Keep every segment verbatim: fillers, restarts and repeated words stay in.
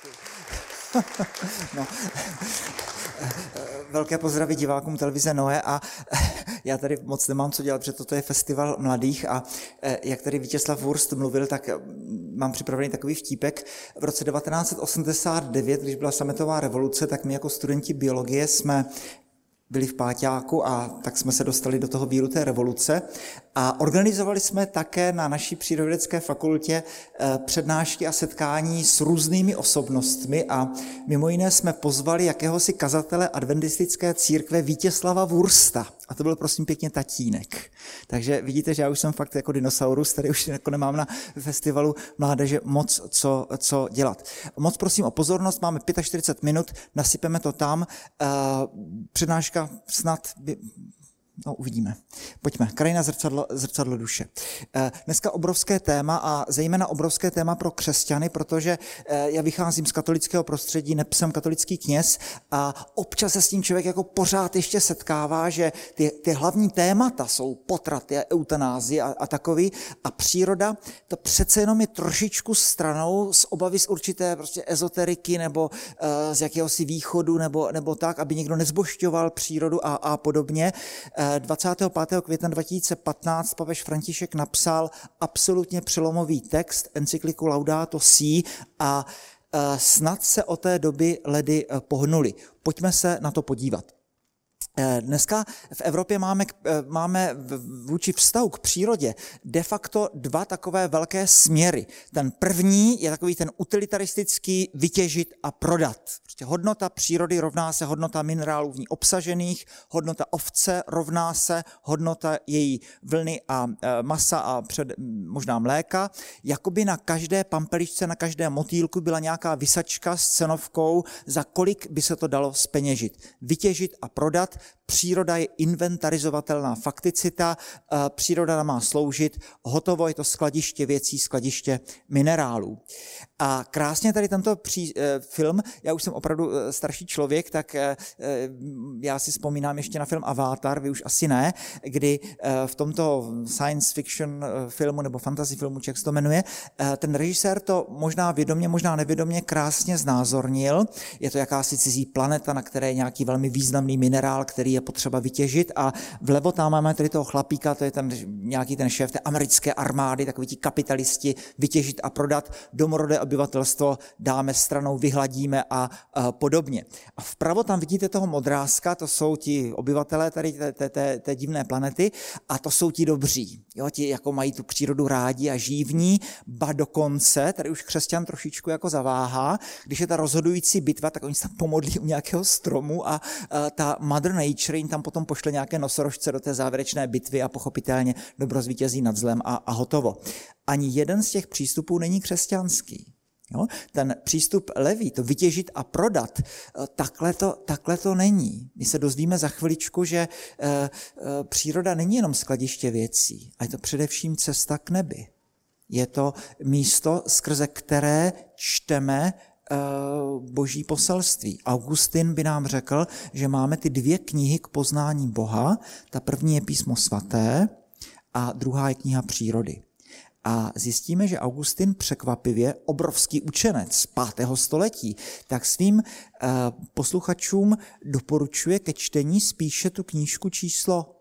No, velké pozdraví divákům televize Noé a já tady moc nemám co dělat, protože toto je festival mladých a jak tady Vítězslav Wurst mluvil, tak mám připravený takový vtípek. V roce devatenáct set osmdesát devět, když byla sametová revoluce, tak my jako studenti biologie jsme byli v páťáku a tak jsme se dostali do toho víru té revoluce a organizovali jsme také na naší přírodovědecké fakultě přednášky a setkání s různými osobnostmi a mimo jiné jsme pozvali jakéhosi kazatele adventistické církve Vítězslava Wursta a to byl prosím pěkně tatínek. Takže vidíte, že já už jsem fakt jako dinosaurus, tady už jako nemám na festivalu mládeže moc co, co dělat. Moc prosím o pozornost, máme čtyřicet pět minut, nasypeme to tam, přednáška snad by... No, uvidíme. Pojďme. Krajina zrcadlo, zrcadlo duše. Dneska obrovské téma a zejména obrovské téma pro křesťany, protože já vycházím z katolického prostředí, jsem katolický kněz a občas se s tím člověk jako pořád ještě setkává, že ty, ty hlavní témata jsou potrat, eutanázie a, a takový a příroda, to přece jenom je trošičku stranou z obavy z určité prostě ezoteriky nebo uh, z jakéhosi východu nebo, nebo tak, aby někdo nezbožťoval přírodu a, a podobně. dvacátého pátého května dva tisíce patnáct papež František napsal absolutně přelomový text, encykliku Laudato Si a snad se od té doby ledy pohnuly. Pojďme se na to podívat. Dneska v Evropě máme, máme vůči vztahu k přírodě de facto dva takové velké směry. Ten první je takový ten utilitaristický vytěžit a prodat. Prostě hodnota přírody rovná se hodnota minerálů v ní obsažených, hodnota ovce rovná se hodnota její vlny a masa a před, možná mléka. Jakoby na každé pampelišce, na každé motýlku byla nějaká vysačka s cenovkou, za kolik by se to dalo zpeněžit. Vytěžit a prodat. Příroda je inventarizovatelná fakticita, příroda nám má sloužit, hotovo je to skladiště věcí, skladiště minerálů. A krásně tady tento pří, film, já už jsem opravdu starší člověk, tak já si vzpomínám ještě na film Avatar, vy už asi ne, kdy v tomto science fiction filmu nebo fantasy filmu, jak se to jmenuje, ten režisér to možná vědomě, možná nevědomě krásně znázornil. Je to jakási cizí planeta, na které je nějaký velmi významný minerál, který je potřeba vytěžit a vlevo tam máme tady toho chlapíka, to je ten nějaký ten šéf té americké armády, takoví ti kapitalisti, vytěžit a prodat, domorodé obyvatelstvo dáme stranou, vyhladíme a, a podobně. A vpravo tam vidíte toho modrázka, to jsou ti obyvatelé tady té, té, té, té divné planety a to jsou ti dobří, jo, ti jako mají tu přírodu rádi a žijí v ní, ba dokonce, tady už křesťan trošičku jako zaváhá, když je ta rozhodující bitva, tak oni se tam pomodlí u nějakého stromu a, a ta Mother Nature jim tam potom pošle nějaké nosorožce do té závěrečné bitvy a pochopitelně dobro zvítězí nad zlem a, a hotovo. Ani jeden z těch přístupů není křesťanský. Jo? Ten přístup levý, to vytěžit a prodat, takhle to, takhle to není. My se dozvíme za chviličku, že e, e, příroda není jenom skladiště věcí, ale je to především cesta k nebi. Je to místo, skrze které čteme boží poselství. Augustin by nám řekl, že máme ty dvě knihy k poznání Boha. Ta první je písmo svaté a druhá je kniha přírody. A zjistíme, že Augustin překvapivě, obrovský učenec z pátého století, tak svým posluchačům doporučuje ke čtení spíše tu knížku číslo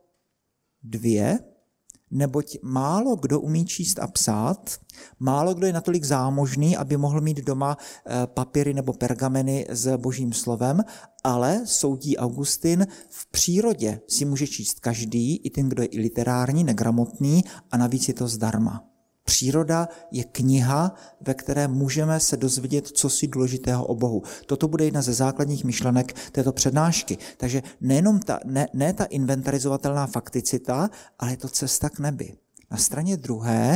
dvě, neboť málo kdo umí číst a psát, málo kdo je natolik zámožný, aby mohl mít doma papíry nebo pergameny s božím slovem, ale soudí Augustin, v přírodě si může číst každý, i ten, kdo je i literární, negramotný a navíc je to zdarma. Příroda je kniha, ve které můžeme se dozvědět cosi důležitého o Bohu. Toto bude jedna ze základních myšlenek této přednášky. Takže nejenom ta, ne, ne ta inventarizovatelná fakticita, ale je to cesta k nebi. Na straně druhé,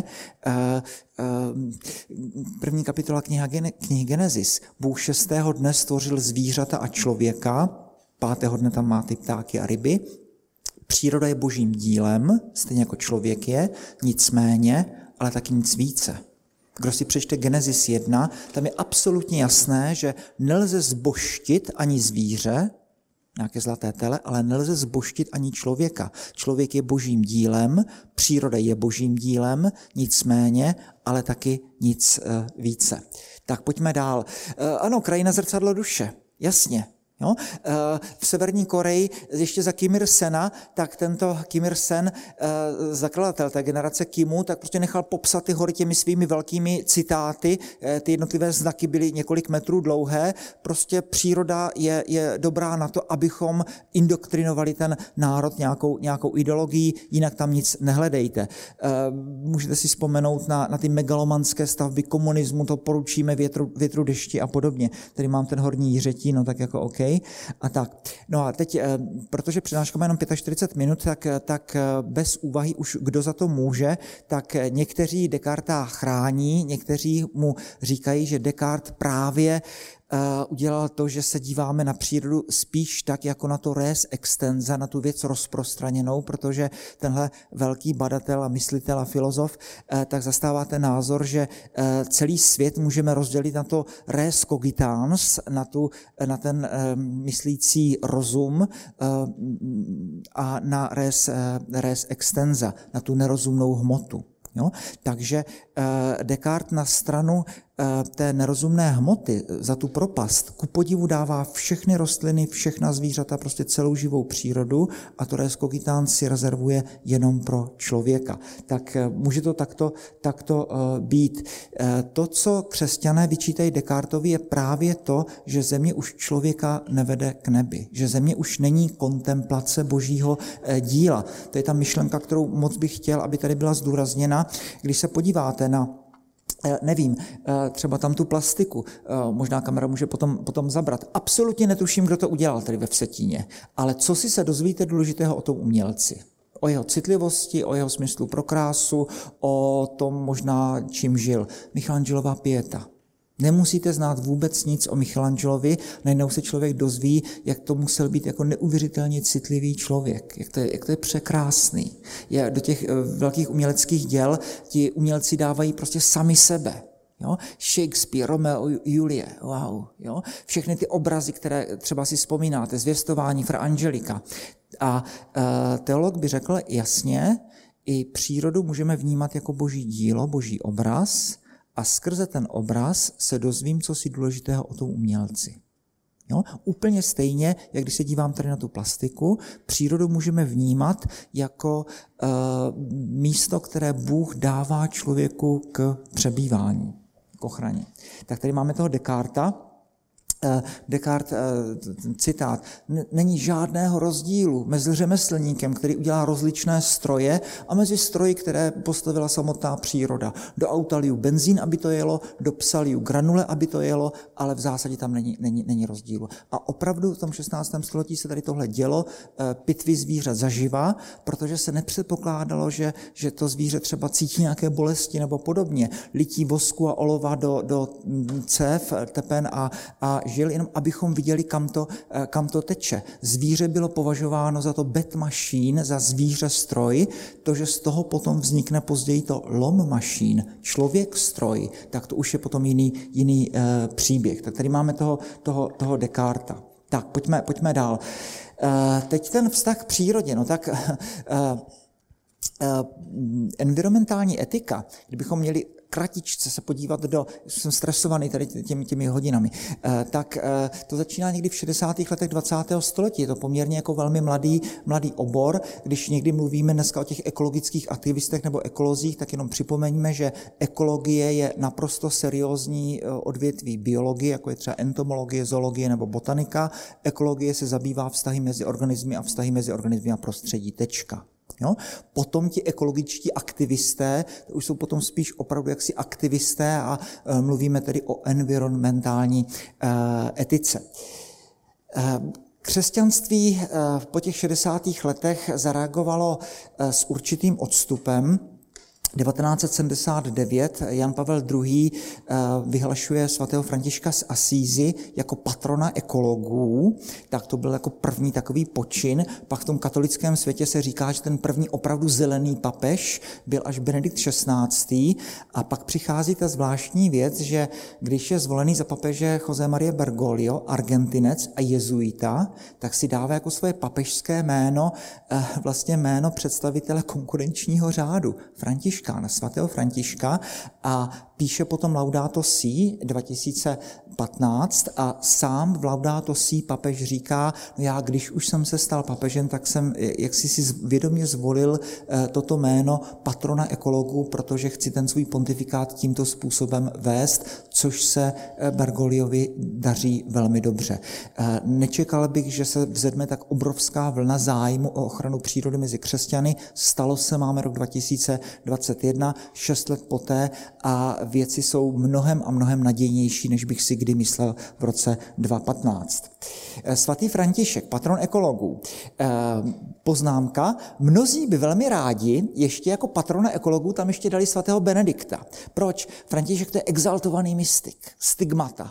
první kapitola kniha, knihy Genesis. Bůh šestého dne stvořil zvířata a člověka, pátého dne tam má ty ptáky a ryby. Příroda je božím dílem, stejně jako člověk je, nicméně, ale taky nic více. Kdo si přečte Genesis jedna, tam je absolutně jasné, že nelze zbožtit ani zvíře, nějaké zlaté tele, ale nelze zbožtit ani člověka. Člověk je božím dílem, příroda je božím dílem, nicméně, ale taky nic více. Tak pojďme dál. Ano, krajina zrcadlo duše, jasně. Jo? V Severní Koreji ještě za Kim Il-sena, tak tento Kim Il-sen, zakladatel té generace Kimu, tak prostě nechal popsat ty hory těmi svými velkými citáty. Ty jednotlivé znaky byly několik metrů dlouhé. Prostě příroda je, je dobrá na to, abychom indoktrinovali ten národ nějakou, nějakou ideologií, jinak tam nic nehledejte. Můžete si vzpomenout na, na ty megalomanské stavby komunismu, to poručíme větru, větru dešti a podobně. Tady mám ten horní Jiřetí, no tak jako OK. A tak. No a teď, protože přednáška má jenom čtyřicet pět minut, tak, tak bez úvahy už kdo za to může, tak někteří Descartesa chrání, někteří mu říkají, že Descartes právě udělal to, že se díváme na přírodu spíš tak, jako na to res extensa, na tu věc rozprostraněnou, protože tenhle velký badatel a myslitel a filozof tak zastává ten názor, že celý svět můžeme rozdělit na to res cogitans, na, tu, na ten myslící rozum a na res, res extensa, na tu nerozumnou hmotu. Jo? Takže Descartes na stranu té nerozumné hmoty za tu propast ku podivu dává všechny rostliny, všechna zvířata, prostě celou živou přírodu a to res cogitans si rezervuje jenom pro člověka. Tak může to takto, takto být. To, co křesťané vyčítají Descartesovi, je právě to, že země už člověka nevede k nebi, že země už není kontemplace božího díla. To je ta myšlenka, kterou moc bych chtěl, aby tady byla zdůrazněna. Když se podíváte na nevím, třeba tam tu plastiku, možná kamera může potom, potom zabrat. Absolutně netuším, kdo to udělal tady ve Vsetíně, ale co si se dozvíte důležitého o tom umělci? O jeho citlivosti, o jeho smyslu pro krásu, o tom možná, čím žil. Michelangelova Pieta. Nemusíte znát vůbec nic o Michelangelovi, najednou se člověk dozví, jak to musel být jako neuvěřitelně citlivý člověk, jak to je, jak to je překrásný. Je, do těch velkých uměleckých děl ti umělci dávají prostě sami sebe. Jo? Shakespeare, Romeo, Julie, wow. Jo? Všechny ty obrazy, které třeba si vzpomínáte, Zvěstování, Fra Angelika. A e, teolog by řekl jasně, i přírodu můžeme vnímat jako boží dílo, boží obraz, a skrze ten obraz se dozvím, co si důležitého o tom umělci. Jo? Úplně stejně, jak když se dívám tady na tu plastiku, přírodu můžeme vnímat jako e, místo, které Bůh dává člověku k přebývání, k ochraně. Tak tady máme toho Descartesa. Descartes, citát, není žádného rozdílu mezi řemeslníkem, který udělá rozličné stroje, a mezi stroji, které postavila samotná příroda. Do auta liju benzín, aby to jelo, do psa liju granule, aby to jelo, ale v zásadě tam není, není, není rozdílu. A opravdu v tom šestnáctém století se tady tohle dělo, pitvy zvířat zaživa, protože se nepředpokládalo, že, že to zvíře třeba cítí nějaké bolesti nebo podobně. Lití vosku a olova do, do cév, tepen a, a žil, jenom abychom viděli, kam to, kam to teče. Zvíře bylo považováno za to bed machine, za zvíře stroj, to, že z toho potom vznikne později to lom machine, člověk stroj, tak to už je potom jiný, jiný uh, příběh. Tak tady máme toho, toho, toho Descartesa. Tak, pojďme, pojďme dál. Uh, teď ten vztah k přírodě, no tak uh, uh, environmentální etika, kdybychom měli kratičce se podívat do, jsem stresovaný tady těmi, těmi hodinami, tak to začíná někdy v šedesátých letech dvacátého století. Je to poměrně jako velmi mladý, mladý obor. Když někdy mluvíme dneska o těch ekologických aktivistech nebo ekolozích, tak jenom připomeňme, že ekologie je naprosto seriózní odvětví biologie, jako je třeba entomologie, zoologie nebo botanika. Ekologie se zabývá vztahy mezi organismy a vztahy mezi organismy a prostředí. Tečka. Jo? Potom ti ekologičtí aktivisté, to už jsou potom spíš opravdu jaksi aktivisté a e, mluvíme tedy o environmentální e, etice. E, křesťanství e, po těch šedesátých letech zareagovalo e, s určitým odstupem. devatenáct set sedmdesát devět Jan Pavel druhý. vyhlašuje svatého Františka z Asízy jako patrona ekologů, tak to byl jako první takový počin. Pak v tom katolickém světě se říká, že ten první opravdu zelený papež byl až Benedikt šestnáctý. A pak přichází ta zvláštní věc, že když je zvolený za papeže José María Bergoglio, Argentinec a jezuita, tak si dává jako svoje papežské jméno vlastně jméno představitele konkurenčního řádu, Františka Františka, na svatého Františka a píše potom Laudato Si dva tisíce patnáct a sám v Laudato Si papež říká, no já když už jsem se stal papežem, tak jsem jak si si vědomě zvolil toto jméno patrona ekologů, protože chci ten svůj pontifikát tímto způsobem vést, což se Bergogliovi daří velmi dobře. Nečekal bych, že se vzedme tak obrovská vlna zájmu o ochranu přírody mezi křesťany. Stalo se, máme rok dva tisíce dvacet jedna, šest let poté a věci jsou mnohem a mnohem nadějnější, než bych si kdy myslel v roce dva tisíce patnáct. Svatý František, patron ekologů. Poznámka, mnozí by velmi rádi ještě jako patrona ekologů tam ještě dali svatého Benedikta. Proč? František to je exaltovaný mystik, stigmata,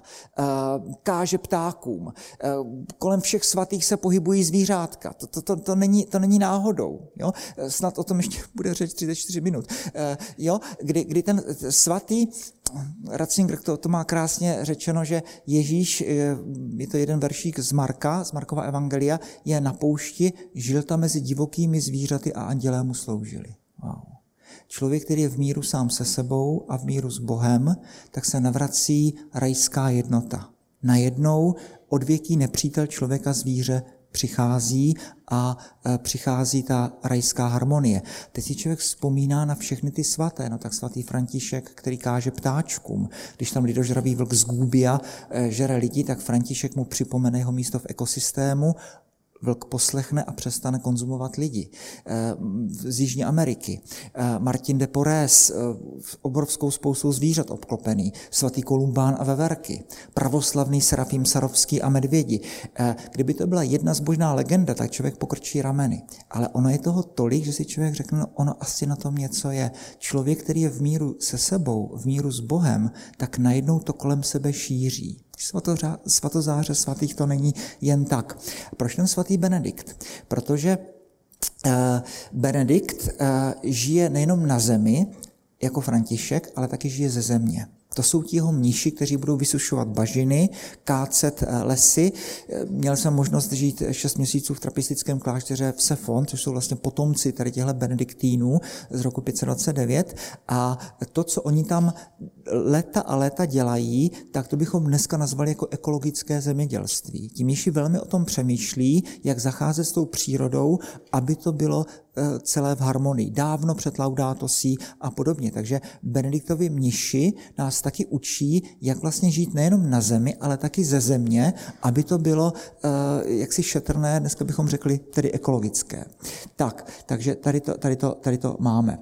káže ptákům, kolem všech svatých se pohybují zvířátka. To, to, to, to, není, to není náhodou. Jo? Snad o tom ještě bude řeč třicet čtyři minut. Jo? Kdy, kdy ten svatý Ratzinger to, to má krásně řečeno, že Ježíš, je to jeden veršík z Marka, z Markova evangelia, je na poušti, žil tam mezi divokými zvířaty a andělé mu sloužili. Wow. Člověk, který je v míru sám se sebou a v míru s Bohem, tak se navrací rajská jednota. Najednou odvěký nepřítel člověka zvíře přichází a přichází ta rajská harmonie. Teď si člověk vzpomíná na všechny ty svaté, no tak svatý František, který káže ptáčkům. Když tam lidožravý vlk z Gúbia žere lidi, tak František mu připomene jeho místo v ekosystému, vlk poslechne a přestane konzumovat lidi. Z Jižní Ameriky. Martin de Porres, obrovskou spoustou zvířat obklopený. Svatý Kolumbán a veverky. Pravoslavný Serafím Sarovský a medvědi. Kdyby to byla jedna zbožná legenda, tak člověk pokrčí rameny. Ale ono je toho tolik, že si člověk řekne, no ono asi na tom něco je. Člověk, který je v míru se sebou, v míru s Bohem, tak najednou to kolem sebe šíří. Svatozáře svatých to není jen tak. Proč ten svatý Benedikt? Protože Benedikt žije nejenom na zemi, jako František, ale taky žije ze země. To jsou ti jeho mniši, kteří budou vysušovat bažiny, kácet lesy. Měl jsem možnost žít šest měsíců v trapistickém klášteře v Sefon, což jsou vlastně potomci tady těchto benediktínů z roku pět set dvacet devět. A to, co oni tam léta a léta dělají, tak to bychom dneska nazvali jako ekologické zemědělství. Ti mniši velmi o tom přemýšlí, jak zacházet s tou přírodou, aby to bylo celé v harmonii. Dávno před Laudato Si a podobně. Takže Benediktovi mniši nás taky učí, jak vlastně žít nejenom na zemi, ale taky ze země, aby to bylo jaksi šetrné, dneska bychom řekli tedy ekologické. Tak, takže tady to, tady to, tady to máme.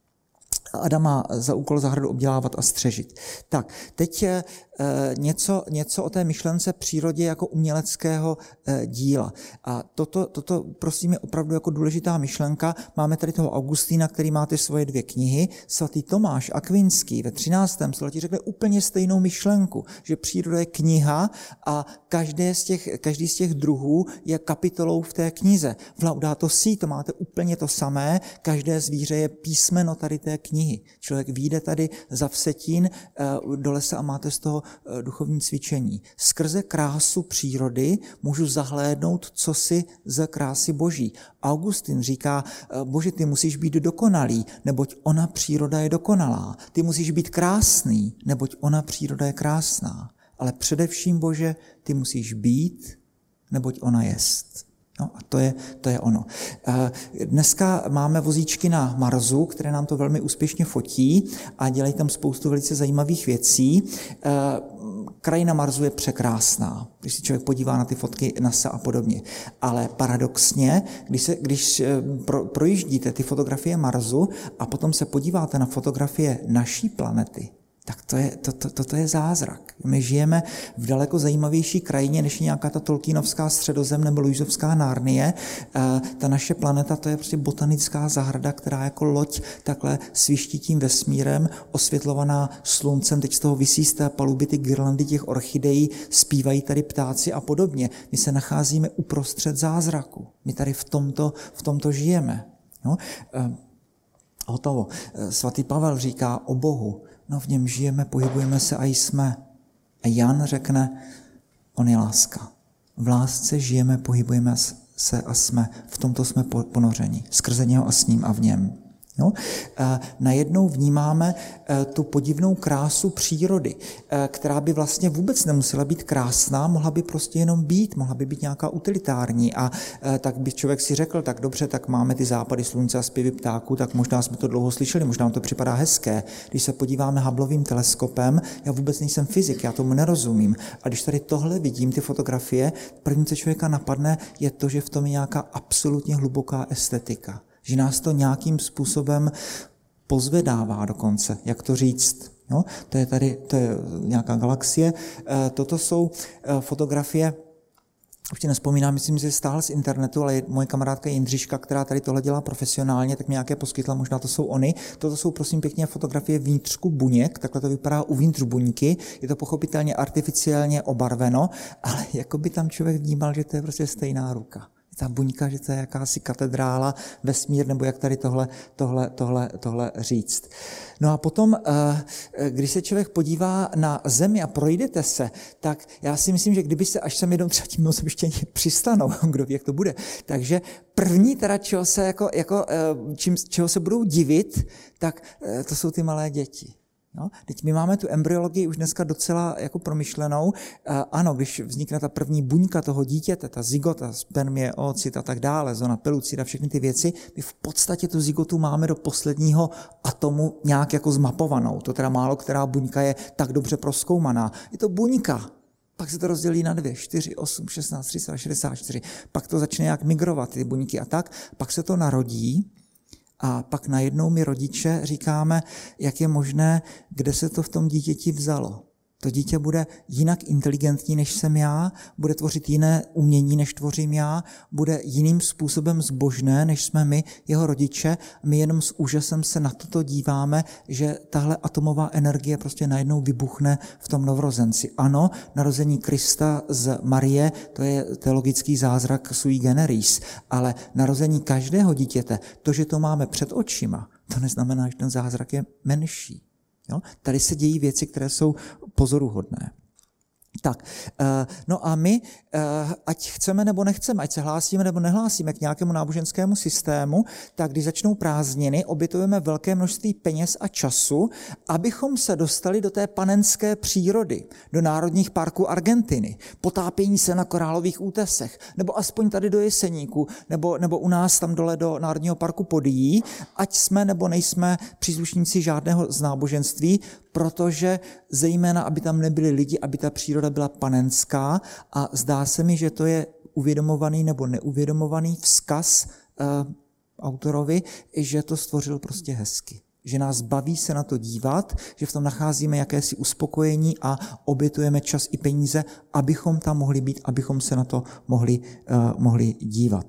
Adam má za úkol zahradu obdělávat a střežit. Tak, teď e, něco, něco o té myšlence přírodě jako uměleckého e, díla. A toto, toto, prosím, je opravdu jako důležitá myšlenka. Máme tady toho Augustína, který má ty svoje dvě knihy. Svatý Tomáš Akvinský ve třináctém století řekl úplně stejnou myšlenku, že příroda je kniha a každé z těch, každý z těch druhů je kapitolou v té knize. V Laudato Si to máte úplně to samé, každé zvíře je písmeno tady té knihy. Člověk vyjde tady za Vsetín do lesa a máte z toho duchovní cvičení. Skrze krásu přírody můžu zahlédnout cosi z krásy Boží. Augustin říká, Bože, ty musíš být dokonalý, neboť ona příroda je dokonalá. Ty musíš být krásný, neboť ona příroda je krásná. Ale především, Bože, ty musíš být, neboť ona jest. No a to je, to je ono. Dneska máme vozíčky na Marsu, které nám to velmi úspěšně fotí a dělají tam spoustu velice zajímavých věcí. Krajina Marsu je překrásná, když se člověk podívá na ty fotky NASA a podobně. Ale paradoxně, když, se, když pro, projíždíte ty fotografie Marsu a potom se podíváte na fotografie naší planety, tak to je, to, to, to je zázrak. My žijeme v daleko zajímavější krajině, než je nějaká ta Tolkienovská středozem nebo Luisovská Narnie. E, ta naše planeta, to je prostě botanická zahrada, která jako loď takhle sviští tím vesmírem, osvětlovaná sluncem, teď z toho visí z té paluby ty girlandy těch orchidejí, zpívají tady ptáci a podobně. My se nacházíme uprostřed zázraku. My tady v tomto, v tomto žijeme. No, e, hotovo. E, svatý Pavel říká o Bohu, no v něm žijeme, pohybujeme se a jsme. A Jan řekne, on je láska. V lásce žijeme, pohybujeme se a jsme. V tomto jsme ponořeni. Skrze něho a s ním a v něm. Jo? Najednou vnímáme tu podivnou krásu přírody, která by vlastně vůbec nemusela být krásná, mohla by prostě jenom být, mohla by být nějaká utilitární a tak by člověk si řekl, tak dobře, tak máme ty západy slunce a zpěvy ptáků, tak možná jsme to dlouho slyšeli, možná vám to připadá hezké. Když se podíváme Hubbleovým teleskopem, já vůbec nejsem fyzik, já tomu nerozumím. A když tady tohle vidím, ty fotografie, první, co člověka napadne, je to, že v tom je nějaká absolutně hluboká estetika. Že nás to nějakým způsobem pozvedává dokonce, jak to říct. No, to je tady, to je nějaká galaxie. Toto jsou fotografie, už ti nespomínám, myslím, že stáhl z internetu, ale moje kamarádka Jindřiška, která tady tohle dělá profesionálně, tak mi nějaké poskytla, možná to jsou oni. Toto jsou prosím pěkně fotografie vnitřku buněk, takhle to vypadá uvnitř buňky, je to pochopitelně artificiálně obarveno, ale jako by tam člověk vnímal, že to je prostě stejná ruka. Ta buňka, že to je jakási katedrála, vesmír, nebo jak tady tohle, tohle, tohle, tohle říct. No a potom, když se člověk podívá na Zemi a projdete se, tak já si myslím, že kdyby se, až sem jednou třeba tím mimozemštění přistanou, kdo ví, jak to bude, takže první teda, čeho se, jako, jako, čím, čeho se budou divit, tak to jsou ty malé děti. No, teď my máme tu embryologii už dneska docela jako promyšlenou. Ano, když vznikne ta první buňka toho dítěte, ta zygota, spermie, oocyt a tak dále, zóna pelucida, všechny ty věci, my v podstatě tu zygotu máme do posledního atomu nějak jako zmapovanou. To teda málo která buňka je tak dobře prozkoumaná. Je to buňka. Pak se to rozdělí na dvě, čtyři, osm, šestnáct, tři sta šedesát čtyři. Pak to začne nějak migrovat, ty buňky a tak. Pak se to narodí. A pak najednou my rodiče říkáme, jak je možné, kde se to v tom dítěti vzalo. To dítě bude jinak inteligentní, než jsem já, bude tvořit jiné umění, než tvořím já, bude jiným způsobem zbožné, než jsme my, jeho rodiče. My jenom s úžasem se na toto díváme, že tahle atomová energie prostě najednou vybuchne v tom novorozenci. Ano, narození Krista z Marie, to je teologický zázrak sui generis, ale narození každého dítěte, to, že to máme před očima, to neznamená, že ten zázrak je menší. Jo? Tady se dějí věci, které jsou pozoruhodné. Tak, no a my, ať chceme nebo nechceme, ať se hlásíme nebo nehlásíme k nějakému náboženskému systému, tak když začnou prázdniny, obětujeme velké množství peněz a času, abychom se dostali do té panenské přírody, do národních parků Argentiny, potápění se na korálových útesech, nebo aspoň tady do Jeseníku, nebo, nebo u nás tam dole do Národního parku Podyjí, ať jsme nebo nejsme příslušníci žádného z náboženství, protože zejména, aby tam nebyli lidi, aby ta příroda byla panenská a zdá se mi, že to je uvědomovaný nebo neuvědomovaný vzkaz uh, autorovi, že to stvořil prostě hezky. Že nás baví se na to dívat, že v tom nacházíme jakési uspokojení a obětujeme čas i peníze, abychom tam mohli být, abychom se na to mohli, uh, mohli dívat.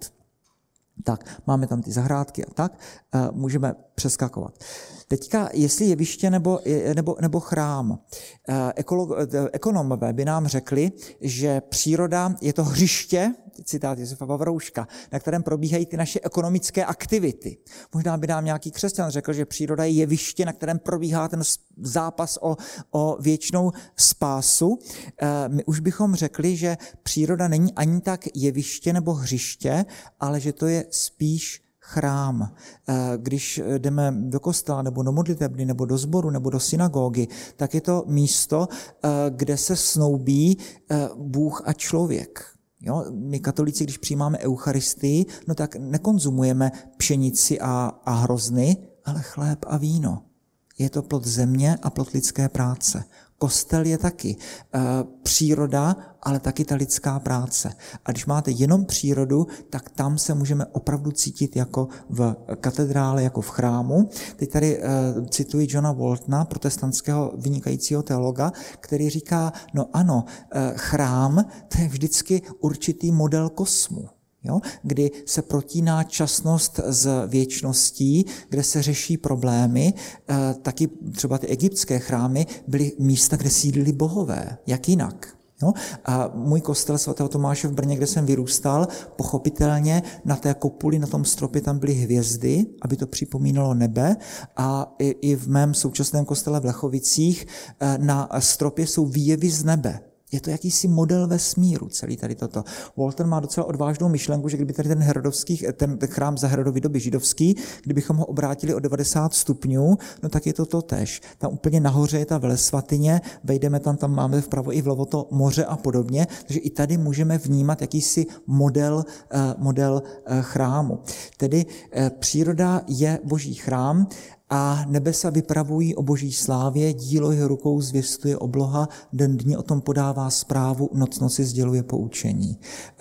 Tak, máme tam ty zahrádky a tak, uh, můžeme přeskakovat. Teďka, jestli jeviště nebo, nebo, nebo chrám. Ekolo, ekonomové by nám řekli, že příroda je to hřiště, citát Josefa Vavrouška, na kterém probíhají ty naše ekonomické aktivity. Možná by nám nějaký křesťan řekl, že příroda je jeviště, na kterém probíhá ten zápas o, o věčnou spásu. My už bychom řekli, že příroda není ani tak jeviště nebo hřiště, ale že to je spíš chrám. Když jdeme do kostela, nebo do modlitebny, nebo do sboru, nebo do synagogy, tak je to místo, kde se snoubí Bůh a člověk. Jo? My katolíci, když přijímáme eucharistii, no tak nekonzumujeme pšenici a, a hrozny, ale chléb a víno. Je to plod země a plod lidské práce. Kostel je taky e, příroda, ale taky ta lidská práce. A když máte jenom přírodu, tak tam se můžeme opravdu cítit jako v katedrále, jako v chrámu. Teď tady e, cituji Johna Waltona, protestantského vynikajícího teologa, který říká, no ano, e, chrám to je vždycky určitý model kosmu. Jo? Kdy se protíná časnost s věčností, kde se řeší problémy. E, taky třeba ty egyptské chrámy byly místa, kde sídlili bohové. Jak jinak? Jo? A můj kostel svatého Tomáše v Brně, kde jsem vyrůstal, pochopitelně na té kopuli, na tom stropě tam byly hvězdy, aby to připomínalo nebe. A i, i v mém současném kostele v Lechovicích e, na stropě jsou výjevy z nebe. Je to jakýsi model vesmíru, celý tady toto. Walton má docela odvážnou myšlenku, že kdyby tady ten, herodovský, ten chrám za Herodovy doby židovský, kdybychom ho obrátili o devadesát stupňů, no tak je to totéž. Tam úplně nahoře je ta velesvatyně, vejdeme tam, tam máme vpravo i vlevo to moře a podobně, takže i tady můžeme vnímat jakýsi model, model chrámu. Tedy příroda je boží chrám, a nebesa vypravují o boží slávě, dílo jeho rukou zvěstuje obloha, den dní o tom podává zprávu, noc noci sděluje poučení.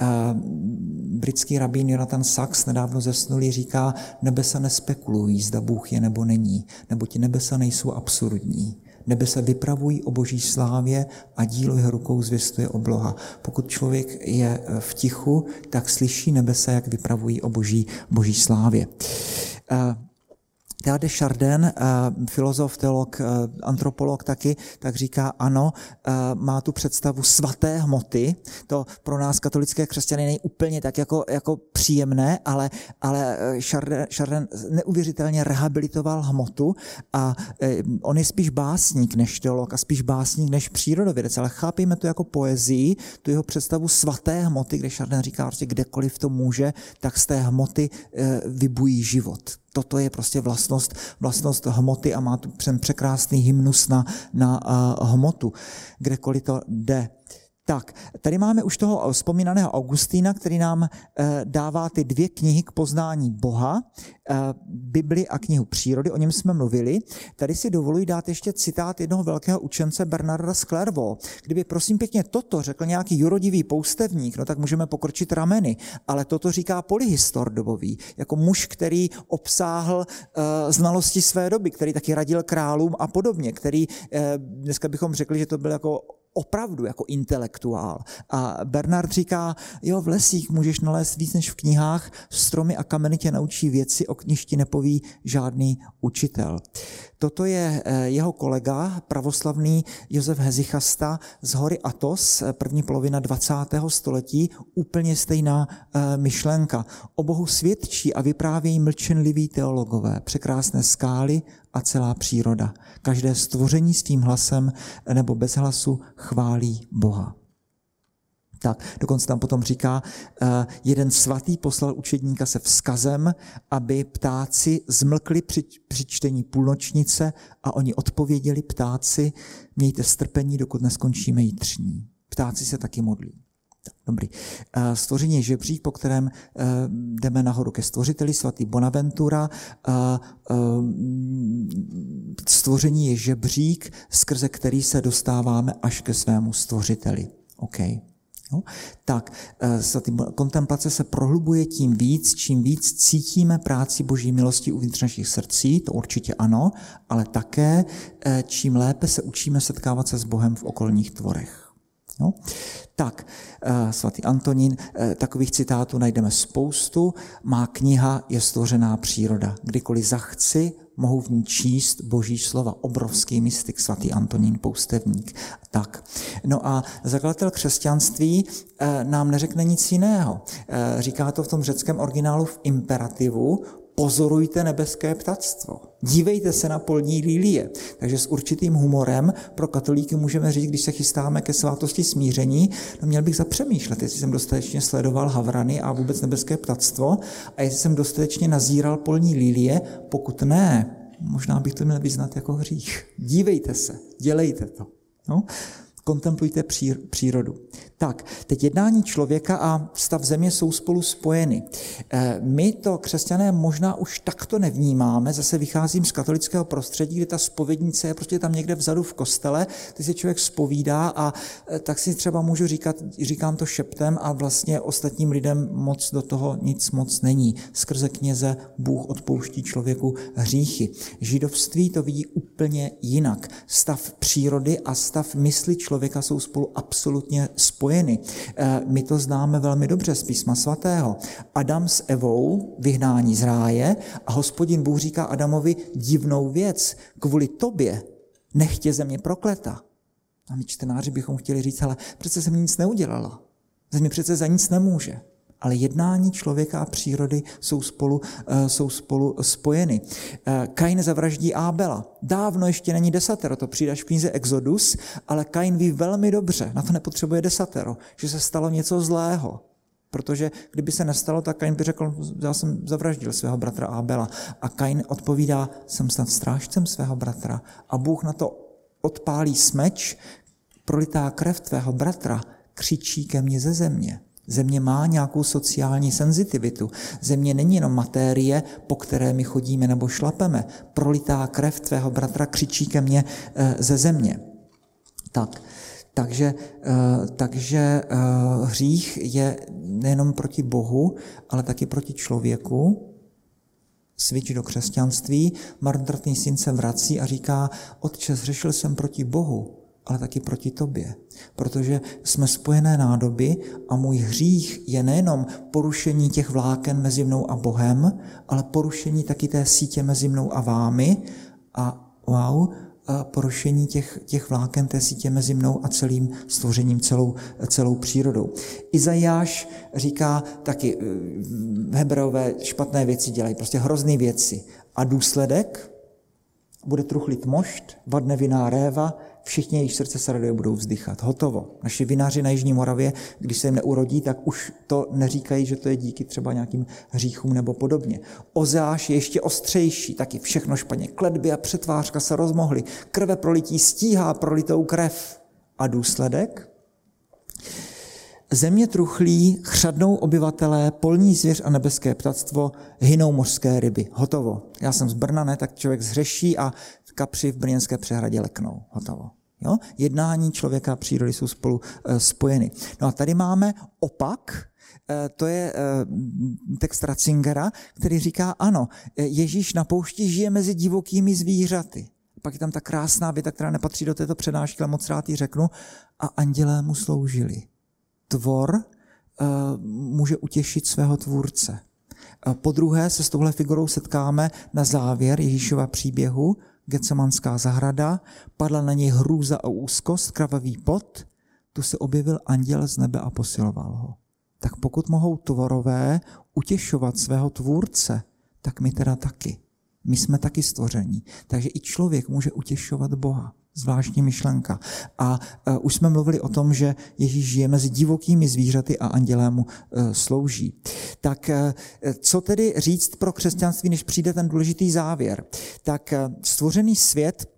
Britský rabín Jonathan Sachs nedávno zesnulý říká, nebesa nespekulují, zda Bůh je nebo není, nebo ti nebesa nejsou absurdní. Nebesa vypravují o boží slávě a dílo jeho rukou zvěstuje obloha. Pokud člověk je v tichu, tak slyší nebesa, jak vypravují o boží, boží slávě. Teilhard de Chardin, filozof, teolog, antropolog taky, tak říká, ano, má tu představu svaté hmoty. To pro nás katolické křesťany není úplně tak jako, jako příjemné, ale, ale Chardin, Chardin neuvěřitelně rehabilitoval hmotu a on je spíš básník než teolog a spíš básník než přírodovědec, ale chápejme to jako poezii, tu jeho představu svaté hmoty, kde Chardin říká, že kdekoliv to může, tak z té hmoty vybují život. Toto je prostě vlastnost, vlastnost hmoty a má tu překrásný hymnus na, na uh, hmotu, kdekoliv to jde. Tak, tady máme už toho vzpomínaného Augustína, který nám uh, dává ty dvě knihy k poznání Boha, uh, Bibli a knihu přírody, o něm jsme mluvili. Tady si dovoluji dát ještě citát jednoho velkého učence Bernarda z Clairvaux. Kdyby prosím pěkně toto řekl nějaký jurodivý poustevník, no tak můžeme pokrčit rameny, ale toto říká polyhistor dobový, jako muž, který obsáhl uh, znalosti své doby, který taky radil králům a podobně, který, uh, dneska bychom řekli, že to byl jako opravdu jako intelektuál. A Bernard říká, jo, v lesích můžeš nalézt víc než v knihách, stromy a kameny tě naučí věci, o níž ti nepoví žádný učitel. Toto je jeho kolega, pravoslavný Josef Hezichasta z hory Athos, první polovina dvacátého století, úplně stejná myšlenka. O Bohu svědčí a vyprávějí mlčenliví teologové, překrásné skály a celá příroda. Každé stvoření svým hlasem nebo bez hlasu chválí Boha. Tak, dokonce tam potom říká, uh, jeden svatý poslal učedníka se vzkazem, aby ptáci zmlkli při, při čtení půlnočnice a oni odpověděli ptáci, mějte strpení, dokud neskončíme jitřní. Ptáci se taky modlí. Tak, dobrý. Uh, stvoření je žebřík, po kterém uh, jdeme nahoru ke stvořiteli, svatý Bonaventura. Uh, uh, stvoření je žebřík, skrze který se dostáváme až ke svému stvořiteli. Okay. No, tak kontemplace se prohlubuje tím víc, čím víc cítíme práci boží milosti uvnitř našich srdcí, to určitě ano, ale také čím lépe se učíme setkávat se s Bohem v okolních tvorech. No, tak, svatý Antonín, takových citátů najdeme spoustu. Má kniha je stvořená příroda. Kdykoliv zachci, mohu v ní číst boží slova. Obrovský mystik, svatý Antonín Poustevník. Tak. No a zakladatel křesťanství nám neřekne nic jiného. Říká to v tom řeckém originálu v imperativu, pozorujte nebeské ptactvo. Dívejte se na polní lilie. Takže s určitým humorem pro katolíky můžeme říct, když se chystáme ke svátosti smíření, no měl bych zapřemýšlet, jestli jsem dostatečně sledoval havrany a vůbec nebeské ptactvo a jestli jsem dostatečně nazíral polní lilie. Pokud ne, možná bych to měl vyznat jako hřích. Dívejte se, dělejte to. No? Kontemplujte přírodu. Tak, teď jednání člověka a stav země jsou spolu spojeny. My to křesťané možná už takto nevnímáme, zase vycházím z katolického prostředí, kde ta zpovědnice je prostě tam někde vzadu v kostele, ty se člověk zpovídá a tak si třeba můžu říkat, říkám to šeptem a vlastně ostatním lidem moc do toho nic moc není. Skrze kněze Bůh odpouští člověku hříchy. Židovství to vidí úplně jinak. Stav přírody a stav mysli člověka jsou spolu absolutně spojeny. My to známe velmi dobře z Písma svatého. Adam s Evou, vyhnání z ráje, a Hospodin Bůh říká Adamovi divnou věc, kvůli tobě nech tě země prokleta. A my čtenáři bychom chtěli říct, ale přece jsem nic neudělala. Země přece za nic nemůže. ale jednání člověka a přírody jsou spolu, jsou spolu spojeny. Kain zavraždí Ábela. Dávno ještě není desatero, to přijde až v knize Exodus, ale Kain ví velmi dobře, na to nepotřebuje desatero, že se stalo něco zlého. Protože kdyby se nestalo, tak Kain by řekl, já jsem zavraždil svého bratra Ábela. A Kain odpovídá, jsem snad strážcem svého bratra. A Bůh na to odpálí smeč, prolitá krev tvého bratra křičí ke mně ze země. Země má nějakou sociální senzitivitu. Země není jenom matérie, po které my chodíme nebo šlapeme. Prolitá krev tvého bratra křičí ke mně ze země. Tak, takže, takže hřích je nejenom proti Bohu, ale taky proti člověku. Switch do křesťanství, marnotratný syn se vrací a říká, otče, zřešil jsem proti Bohu, ale taky proti tobě. Protože jsme spojené nádoby a můj hřích je nejenom porušení těch vláken mezi mnou a Bohem, ale porušení taky té sítě mezi mnou a vámi a wow, a porušení těch, těch vláken té sítě mezi mnou a celým stvořením, celou, celou přírodou. Izajáš říká taky, Hebrejové špatné věci dělají, prostě hrozné věci. A důsledek bude truchlit mošt, vadne vinná réva, všichni jejich srdce se raduje budou vzdychat. Hotovo. Naši vináři na Jižní Moravě, když se jim neurodí, tak už to neříkají, že to je díky třeba nějakým hříchům nebo podobně. Ozeáš je ještě ostřejší, taky všechno špatně. Kletby a přetvářka se rozmohly, krve prolití stíhá prolitou krev. A důsledek? Země truchlí, chřadnou obyvatelé, polní zvěř a nebeské ptactvo, hynou mořské ryby. Hotovo. Já jsem z Brna, ne, tak člověk zhřeší a kapři v brněnské přehradě leknou. Hotovo. Jo? Jednání člověka a přírody jsou spolu e, spojeny. No a tady máme opak, e, to je e, text Ratzingera, který říká, ano, Ježíš na poušti žije mezi divokými zvířaty. Pak je tam ta krásná věta, která nepatří do této přednášky, ale moc rád ji řeknu, a andělé mu sloužili. Tvor uh, může utěšit svého tvůrce. Uh, po druhé se s touhle figurou setkáme na závěr Ježíšova příběhu, Getsemanská zahrada, padla na něj hrůza a úzkost, krvavý pot, tu se objevil anděl z nebe a posiloval ho. Tak pokud mohou tvorové utěšovat svého tvůrce, tak my teda taky. My jsme taky stvoření. Takže i člověk může utěšovat Boha. Zvláštní myšlenka. A uh, už jsme mluvili o tom, že Ježíš žije mezi divokými zvířaty a andělé mu uh, slouží. Tak uh, co tedy říct pro křesťanství, než přijde ten důležitý závěr? Tak uh, stvořený svět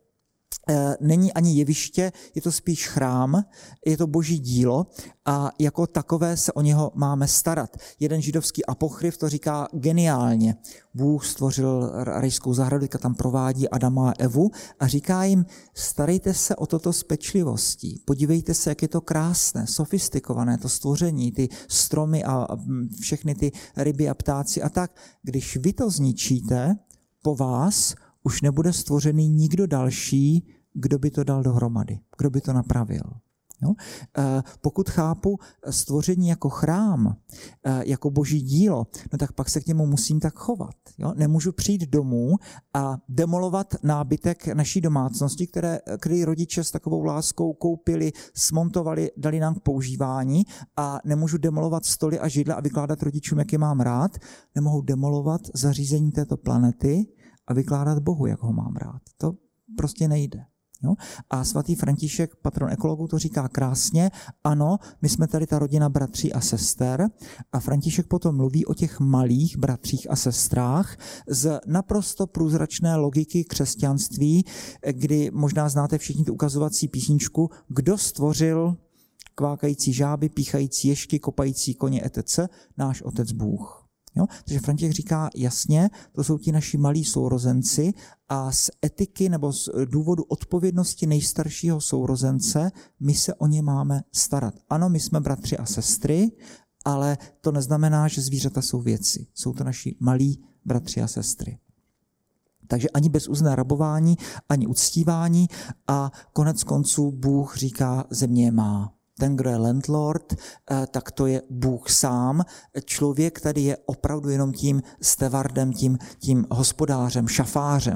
není ani jeviště, je to spíš chrám, je to boží dílo a jako takové se o něho máme starat. Jeden židovský apokryf to říká geniálně. Bůh stvořil rajskou zahradu, tam provádí Adama a Evu a říká jim, starejte se o toto s pečlivostí. Podívejte se, jak je to krásné, sofistikované, to stvoření, ty stromy a všechny ty ryby a ptáci a tak. Když vy to zničíte, po vás už nebude stvořený nikdo další, kdo by to dal dohromady, kdo by to napravil. Jo? Pokud chápu stvoření jako chrám, jako boží dílo, no tak pak se k němu musím tak chovat. Jo? Nemůžu přijít domů a demolovat nábytek naší domácnosti, které, který rodiče s takovou láskou koupili, smontovali, dali nám k používání a nemůžu demolovat stoly a židle a vykládat rodičům, jak je mám rád. Nemohu demolovat zařízení této planety a vykládat Bohu, jak ho mám rád. To prostě nejde. Jo? A svatý František, patron ekologů, to říká krásně. Ano, my jsme tady ta rodina bratří a sester a František potom mluví o těch malých bratřích a sestrách z naprosto průzračné logiky křesťanství, kdy možná znáte všichni tu ukazovací písničku, kdo stvořil kvákající žáby, píchající ježky, kopající koně et cetera. Náš otec Bůh. Jo? Takže František říká jasně, to jsou ti naši malí sourozenci a z etiky nebo z důvodu odpovědnosti nejstaršího sourozence my se o ně máme starat. Ano, my jsme bratři a sestry, ale to neznamená, že zvířata jsou věci. Jsou to naši malí bratři a sestry. Takže ani bezúzné rabování, ani uctívání a konec konců Bůh říká, země je má. Ten, kdo je landlord, tak to je Bůh sám. Člověk tady je opravdu jenom tím stevardem, tím, tím hospodářem, šafářem.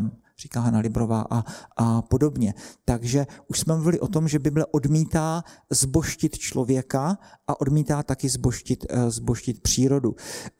říká Hana Librová a, a podobně. Takže už jsme mluvili o tom, že Bible odmítá zbožtit člověka a odmítá taky zbožtit, zbožtit přírodu.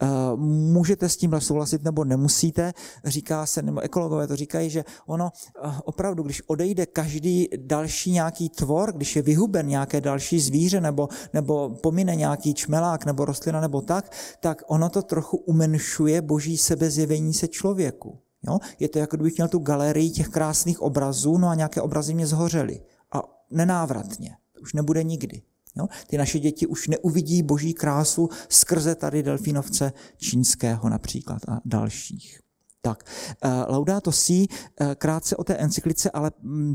Můžete s tímhle souhlasit nebo nemusíte, říká se, nebo ekologové to říkají, že ono opravdu, když odejde každý další nějaký tvor, když je vyhuben nějaké další zvíře nebo, nebo pomine nějaký čmelák nebo rostlina nebo tak, tak ono to trochu umenšuje boží sebezjevení se člověku. Jo? Je to jako kdybych měl tu galerii těch krásných obrazů, no a nějaké obrazy mě zhořely. A nenávratně. To už nebude nikdy. Jo? Ty naše děti už neuvidí boží krásu skrze tady delfínovce čínského například a dalších. Tak, Laudato Si, krátce o té encyklice, ale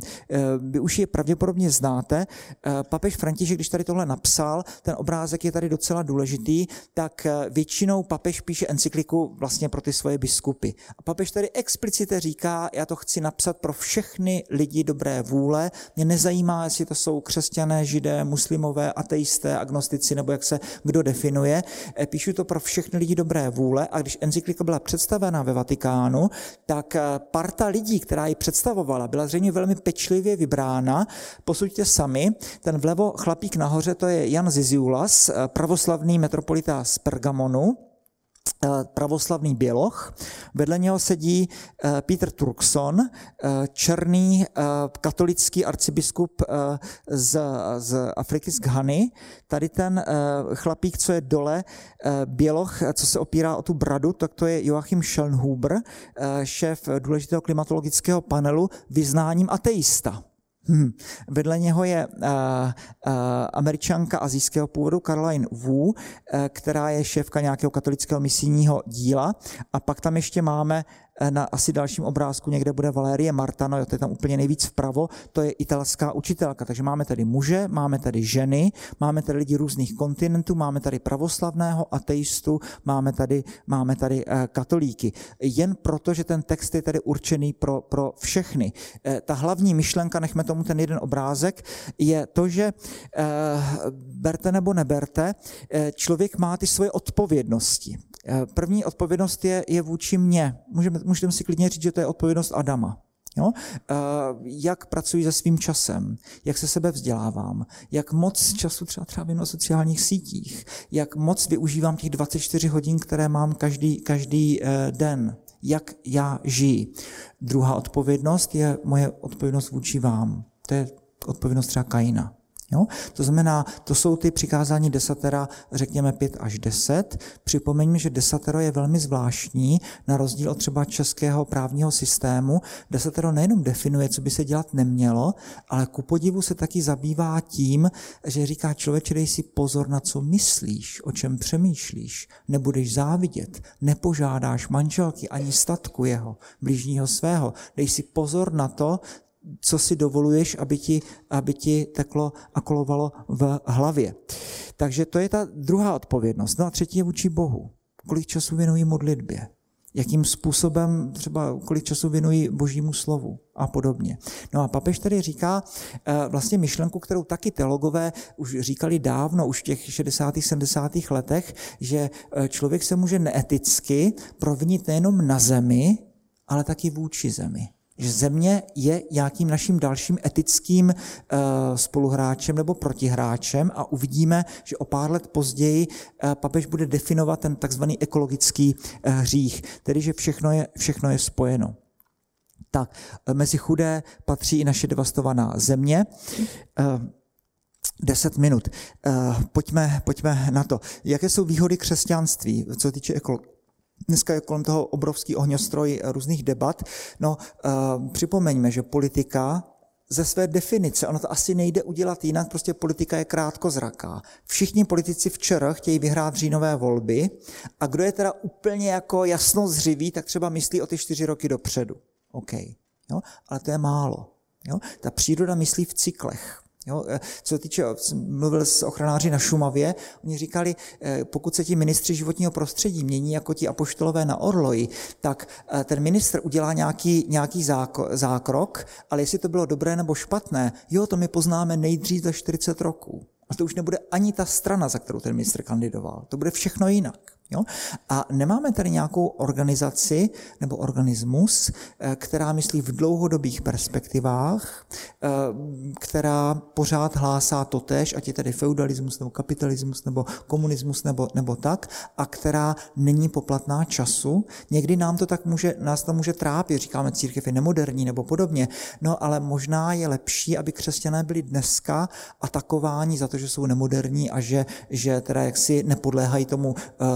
vy už ji pravděpodobně znáte. Papež František, když tady tohle napsal, ten obrázek je tady docela důležitý, tak většinou papež píše encykliku vlastně pro ty svoje biskupy. A papež tady explicitně říká, já to chci napsat pro všechny lidi dobré vůle, mě nezajímá, jestli to jsou křesťané, židé, muslimové, ateisté, agnostici, nebo jak se kdo definuje. Píšu to pro všechny lidi dobré vůle a když encyklika byla představena ve Vatikánu, tak parta lidí, která ji představovala, byla zřejmě velmi pečlivě vybrána. Posuďte sami, ten vlevo chlapík nahoře, to je Jan Zizioulas, pravoslavný metropolita z Pergamonu, pravoslavný běloch. Vedle něho sedí Peter Turkson, černý katolický arcibiskup z, z Afriky, z Ghany. Tady ten chlapík, co je dole, běloch, co se opírá o tu bradu, tak to je Joachim Schellnhuber, šéf důležitého klimatologického panelu, vyznáním ateista. Hmm. Vedle něho je uh, uh, Američanka asijského původu Caroline Wu, uh, která je šéfka nějakého katolického misijního díla. A pak tam ještě máme na asi dalším obrázku někde bude Valérie Martano, to je tam úplně nejvíc vpravo, to je italská učitelka. Takže máme tady muže, máme tady ženy, máme tady lidi různých kontinentů, máme tady pravoslavného, ateistu, máme tady, máme tady uh, katolíky. Jen proto, že ten text je tady určený pro, pro všechny. Uh, ta hlavní myšlenka, nechme tomu ten jeden obrázek, je to, že uh, berte nebo neberte, uh, člověk má ty svoje odpovědnosti. Uh, první odpovědnost je, je vůči mně. Můžeme, můžeme si klidně říct, že to je odpovědnost Adama. Jo? Jak pracuji se svým časem, jak se sebe vzdělávám, jak moc času třeba trávím na sociálních sítích, jak moc využívám těch dvacet čtyři hodin, které mám každý, každý den, jak já žiji. Druhá odpovědnost je moje odpovědnost vůči vám. To je odpovědnost třeba Kaina. Jo? To znamená, to jsou ty přikázání desatera, řekněme pět až deset. Připomeňme, že desatero je velmi zvláštní, na rozdíl od třeba českého právního systému. Desatero nejenom definuje, co by se dělat nemělo, ale ku podivu se taky zabývá tím, že říká člověče, dej si pozor na co myslíš, o čem přemýšlíš, nebudeš závidět, nepožádáš manželky ani statku jeho, blížního svého, dej si pozor na to, co si dovoluješ, aby ti, aby ti teklo a kolovalo v hlavě. Takže to je ta druhá odpovědnost. No a třetí je vůči Bohu. Kolik času věnují modlitbě? Jakým způsobem třeba kolik času věnují Božímu slovu a podobně. No a papež tady říká vlastně myšlenku, kterou taky teologové už říkali dávno, už v těch šedesátých, sedmdesátých letech, že člověk se může neeticky provinit nejenom na zemi, ale taky vůči zemi. Že země je nějakým naším dalším etickým uh, spoluhráčem nebo protihráčem a uvidíme, že o pár let později uh, papež bude definovat ten takzvaný ekologický uh, hřích, tedy že všechno je, všechno je spojeno. Tak, mezi chudé patří i naše devastovaná země. Uh, Deset minut. Uh, pojďme, pojďme na to. Jaké jsou výhody křesťanství, co se týče ekologie? Dneska je kolem toho obrovský ohňostroj různých debat. No, uh, připomeňme, že politika ze své definice, ono to asi nejde udělat jinak, prostě politika je krátkozraká. Všichni politici včera chtějí vyhrát říjnové volby a kdo je teda úplně jako jasnozřivý, tak třeba myslí o ty čtyři roky dopředu. OK, jo? Ale to je málo. Jo? Ta příroda myslí v cyklech. Jo, co se týče, mluvil s ochranáři na Šumavě, oni říkali, pokud se ti ministři životního prostředí mění jako ti apoštolové na orloji, tak ten ministr udělá nějaký, nějaký zákrok, ale jestli to bylo dobré nebo špatné, jo, to my poznáme nejdřív za čtyřicet roků. A to už nebude ani ta strana, za kterou ten ministr kandidoval. To bude všechno jinak. Jo? A nemáme tady nějakou organizaci nebo organismus, která myslí v dlouhodobých perspektivách, která pořád hlásá totéž, ať je tedy feudalismus nebo kapitalismus nebo komunismus nebo, nebo tak, a která není poplatná času. Někdy nám to tak může, nás to může trápit, říkáme, církev je nemoderní nebo podobně, no ale možná je lepší, aby křesťané byli dneska atakováni za to, že jsou nemoderní a že, že teda jaksi nepodléhají tomu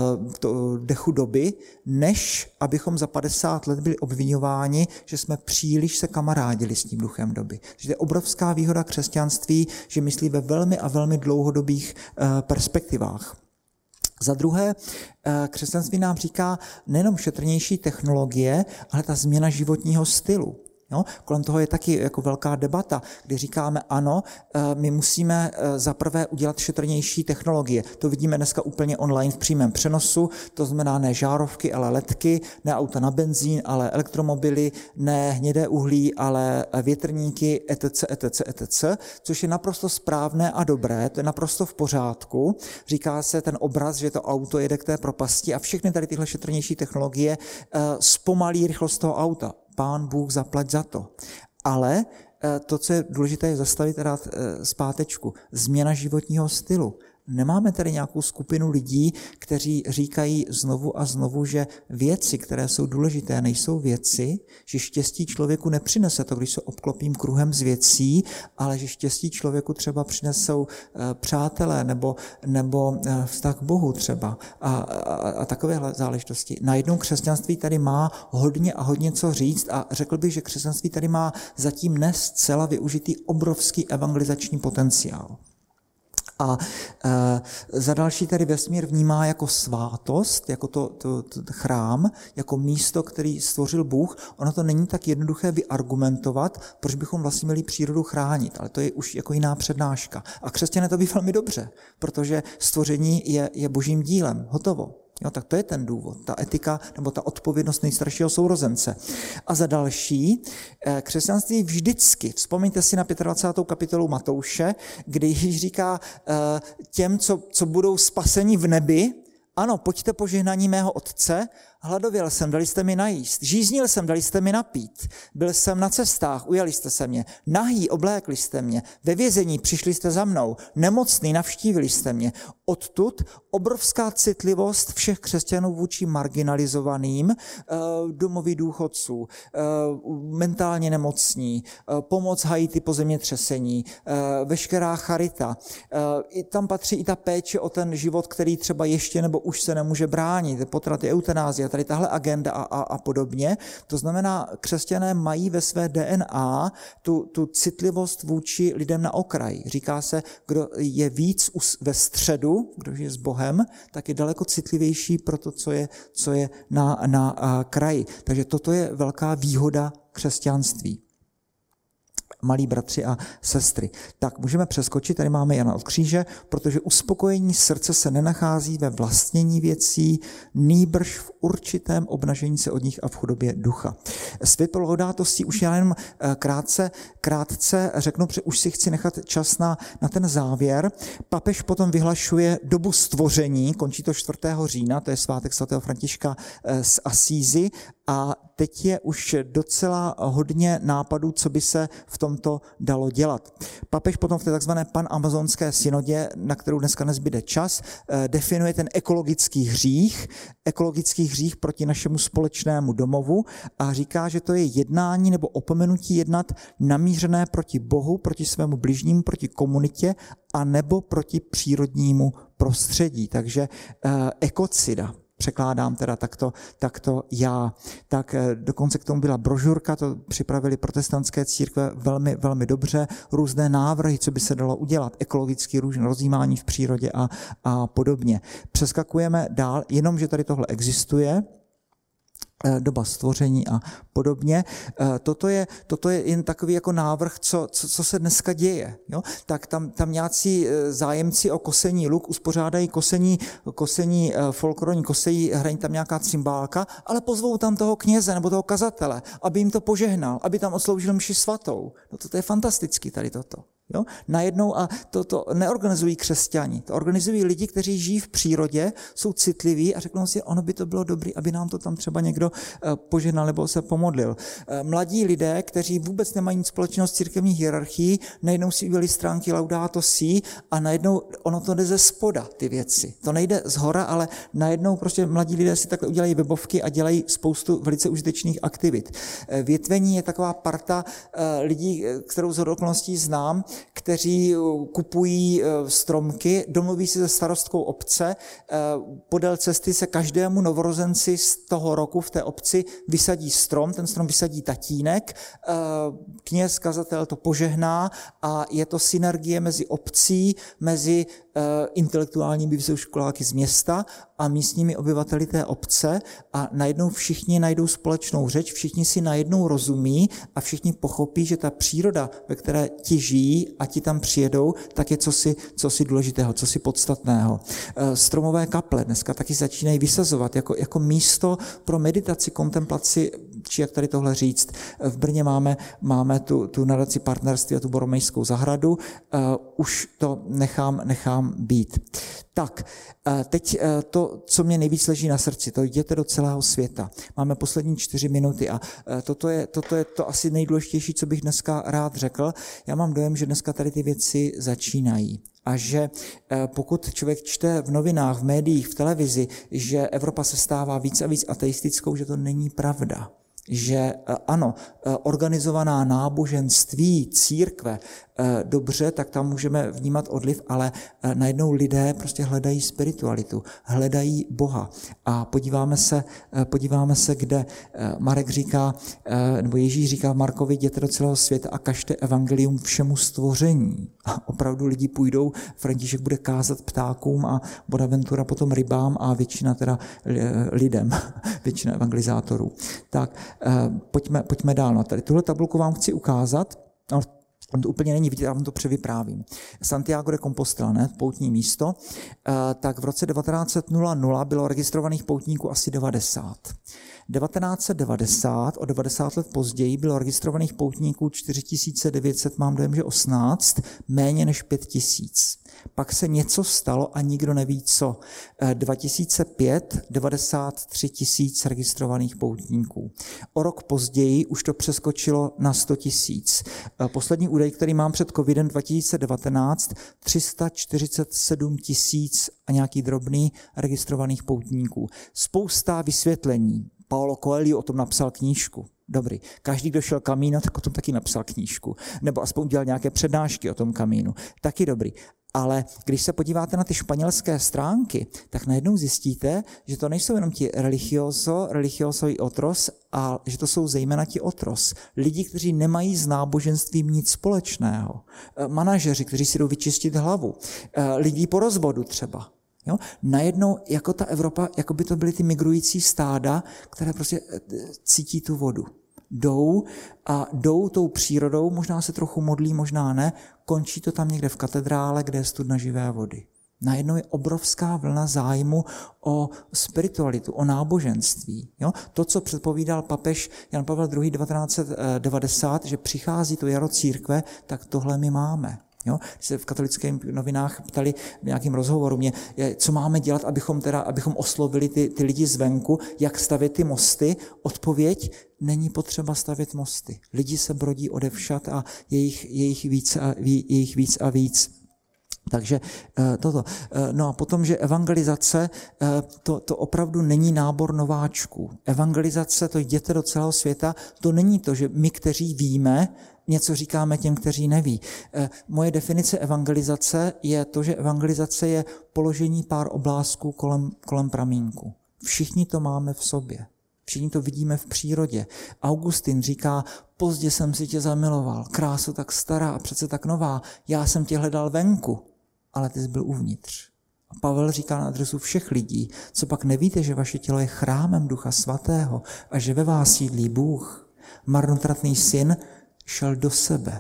to dechu doby, než abychom za padesát let byli obvinováni, že jsme příliš se kamarádili s tím duchem doby. Takže to je obrovská výhoda křesťanství, že myslí ve velmi a velmi dlouhodobých perspektivách. Za druhé, křesťanství nám říká nejenom šetrnější technologie, ale ta změna životního stylu. No, kolem toho je taky jako velká debata, kdy říkáme ano, my musíme zaprvé udělat šetrnější technologie. To vidíme dneska úplně online v přímém přenosu, to znamená ne žárovky, ale ledky, ne auta na benzín, ale elektromobily, ne hnědé uhlí, ale větrníky, etc, etc, etc, což je naprosto správné a dobré, to je naprosto v pořádku. Říká se ten obraz, že to auto jede k té propasti a všechny tady tyhle šetrnější technologie zpomalí rychlost toho auta. Pán Bůh zaplať za to. Ale to, co je důležité, je zastavit a dát zpátečku. Změna životního stylu. Nemáme tady nějakou skupinu lidí, kteří říkají znovu a znovu, že věci, které jsou důležité, nejsou věci, že štěstí člověku nepřinese to, když se obklopím kruhem z věcí, ale že štěstí člověku třeba přinesou přátelé nebo, nebo vztah k Bohu třeba a, a, a takovéhle záležitosti. Najednou křesťanství tady má hodně a hodně co říct a řekl bych, že křesťanství tady má zatím ne zcela využitý obrovský evangelizační potenciál. A e, za další tady vesmír vnímá jako svátost, jako to, to, to chrám, jako místo, který stvořil Bůh. Ono to není tak jednoduché vyargumentovat, proč bychom vlastně měli přírodu chránit, ale to je už jako jiná přednáška. A křesťané to ví velmi dobře, protože stvoření je, je božím dílem, hotovo. Jo, tak to je ten důvod, ta etika nebo ta odpovědnost nejstaršího sourozence. A za další, křesťanství vždycky, vzpomeňte si na dvacátou pátou kapitolu Matouše, kdy Ježíš říká těm, co, co budou spaseni v nebi, ano, pojďte požehnání mého otce, hladověl jsem, dali jste mi najíst, žíznil jsem, dali jste mi napít, byl jsem na cestách, ujali jste se mě, nahý, oblékli jste mě, ve vězení přišli jste za mnou, nemocný, navštívili jste mě. Odtud obrovská citlivost všech křesťanů vůči marginalizovaným, domoví důchodců, mentálně nemocní, pomoc Haiti po zemětřesení, veškerá charita. Tam patří i ta péče o ten život, který třeba ještě nebo už se nemůže bránit, potraty, eutanázie, tady tahle agenda a, a, a podobně. To znamená, křesťané mají ve své D N A tu, tu citlivost vůči lidem na okraji. Říká se, kdo je víc ve středu, kdo je s Bohem, tak je daleko citlivější pro to, co je, co je na, na a, kraji. Takže toto je velká výhoda křesťanství. Malí bratři a sestry. Tak můžeme přeskočit, tady máme Jana od kříže, protože uspokojení srdce se nenachází ve vlastnění věcí, nýbrž v určitém obnažení se od nich a v chudobě ducha. Svět laudatostí už já jenom krátce, krátce řeknu, protože už si chci nechat čas na, na ten závěr. Papež potom vyhlašuje dobu stvoření, končí to čtvrtého října, to je svátek svatého Františka z Asízy, a teď je už docela hodně nápadů, co by se v tomto dalo dělat. Papež potom v té takzvané panamazonské synodě, na kterou dneska nezbyde čas, definuje ten ekologický hřích, ekologický hřích proti našemu společnému domovu a říká, že to je jednání nebo opomenutí jednat namířené proti Bohu, proti svému bližnímu, proti komunitě a nebo proti přírodnímu prostředí. Takže ekocida. Překládám teda takto, takto já. Tak dokonce k tomu byla brožurka, to připravili protestantské církve velmi, velmi dobře, různé návrhy, co by se dalo udělat, ekologický různé rozjímání v přírodě a, a podobně. Přeskakujeme dál, jenom, že tady tohle existuje, doba stvoření a podobně. Toto je, toto je jen takový jako návrh, co, co, co se dneska děje. Jo? Tak tam, tam nějací zájemci o kosení luk uspořádají kosení, kosení folklorní, kosejí, hraní tam nějaká cymbálka, ale pozvou tam toho kněze nebo toho kazatele, aby jim to požehnal, aby tam odsloužil mši svatou. No to je fantastický tady toto. Jo? Najednou, a to, to neorganizují křesťani, to organizují lidi, kteří žijí v přírodě, jsou citliví a řeknou si, ono by to bylo dobré, aby nám to tam třeba někdo požehnal nebo se pomodlil. Mladí lidé, kteří vůbec nemají nic společného s církevní hierarchií, najednou si udělali stránky Laudato Si a najednou ono to jde ze spoda, ty věci. To nejde z hora, ale najednou prostě mladí lidé si takhle udělají webovky a dělají spoustu velice užitečných aktivit. Větvení je taková parta lidí, kterou z okolností znám, kteří kupují stromky, domluví si se starostkou obce, podél cesty se každému novorozenci z toho roku v té obci vysadí strom, ten strom vysadí tatínek, kněz, kazatel to požehná a je to synergie mezi obcí, mezi intelektuálními vysokoškoláky z města a místními obyvateli té obce a najednou všichni najdou společnou řeč, všichni si najednou rozumí a všichni pochopí, že ta příroda, ve které ti žijí a ti tam přijedou, tak je cosi, cosi důležitého, cosi podstatného. Stromové kaple dneska taky začínají vysazovat jako, jako místo pro meditaci, kontemplaci, či jak tady tohle říct. V Brně máme, máme tu, tu nadaci partnerství a tu Boromejskou zahradu. Uh, už to nechám, nechám být. Tak, teď to, co mě nejvíc leží na srdci, to jděte do celého světa. Máme poslední čtyři minuty a toto je, toto je to asi nejdůležitější, co bych dneska rád řekl. Já mám dojem, že dneska tady ty věci začínají. A že pokud člověk čte v novinách, v médiích, v televizi, že Evropa se stává víc a víc ateistickou, že to není pravda. Že ano, organizovaná náboženství, církve, dobře, tak tam můžeme vnímat odliv, ale najednou lidé prostě hledají spiritualitu, hledají Boha. A podíváme se, podíváme se, kde Marek říká, nebo Ježíš říká Markovi, jděte do celého světa a kažte evangelium všemu stvoření. A opravdu lidi půjdou, František bude kázat ptákům a Bonaventura potom rybám a většina teda lidem, většina evangelizátorů. Tak, pojďme, pojďme dál. No, tady tuhle tabulku vám chci ukázat. No, to úplně není vidět, já vám to převyprávím. Santiago de Compostela, ne, poutní místo, tak v roce devatenáct set bylo registrovaných poutníků asi devadesát. devatenáct set devadesát, o devadesát let později, bylo registrovaných poutníků čtyři tisíce devět set, mám dojem, že osmnáct, méně než pět tisíc. Pak se něco stalo a nikdo neví co. dva tisíce pět, devadesát tři tisíc registrovaných poutníků. O rok později už to přeskočilo na sto tisíc. Poslední údaj, který mám před covidem dva tisíce devatenáct, tři sta čtyřicet sedm tisíc a nějaký drobný registrovaných poutníků. Spousta vysvětlení. Paulo Coelho o tom napsal knížku. Dobrý. Každý, kdo šel Camino, tak o tom taky napsal knížku. Nebo aspoň udělal nějaké přednášky o tom Caminu. Taky dobrý. Ale když se podíváte na ty španělské stránky, tak najednou zjistíte, že to nejsou jenom ti religioso, religioso i otros, a že to jsou zejména ti otros. Lidi, kteří nemají s náboženstvím nic společného. Manažeři, kteří si jdou vyčistit hlavu. Lidi po rozvodu třeba. Jo? Najednou, jako ta Evropa, jako by to byly ty migrující stáda, které prostě cítí tu vodu. Jdou a jdou tou přírodou, možná se trochu modlí, možná ne, končí to tam někde v katedrále, kde je studna živé vody. Najednou je obrovská vlna zájmu o spiritualitu, o náboženství. Jo? To, co předpovídal papež Jan Pavel druhý. devatenáct set devadesát, že přichází to jaro církve, tak tohle my máme. Jo? Když se v katolických novinách ptali v nějakém rozhovoru mě, co máme dělat, abychom, teda, abychom oslovili ty, ty lidi zvenku, jak stavět ty mosty, odpověď, není potřeba stavět mosty. Lidi se brodí odevšad a je jich, je jich, víc, a, je jich víc a víc. Takže toto. No a potom, že evangelizace, to, to opravdu není nábor nováčků. Evangelizace, to jděte do celého světa, to není to, že my, kteří víme, něco říkáme těm, kteří neví. Moje definice evangelizace je to, že evangelizace je položení pár oblázků kolem, kolem pramínku. Všichni to máme v sobě. Všichni to vidíme v přírodě. Augustin říká, pozdě jsem si tě zamiloval, krásu tak stará a přece tak nová, já jsem tě hledal venku, ale ty jsi byl uvnitř. A Pavel říká na adresu všech lidí, co pak nevíte, že vaše tělo je chrámem Ducha Svatého a že ve vás sídlí Bůh. Marnotratný syn šel do sebe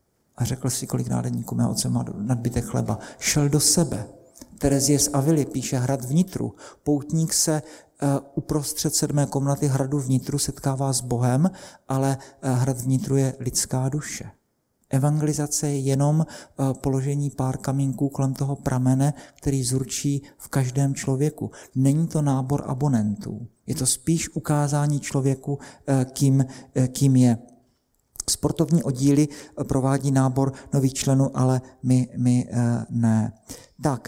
a řekl si, kolik nádeníků mého otce má nadbytek chleba. Šel do sebe. Terezie z Avily píše hrad vnitru. Poutník se uh, uprostřed sedmé komnaty hradu vnitru setkává s Bohem, ale uh, hrad vnitru je lidská duše. Evangelizace je jenom položení pár kamínků kolem toho pramene, který zurčí v každém člověku. Není to nábor abonentů. Je to spíš ukázání člověku, kým, kým je. Sportovní oddíly provádí nábor nových členů, ale my, my ne. Tak,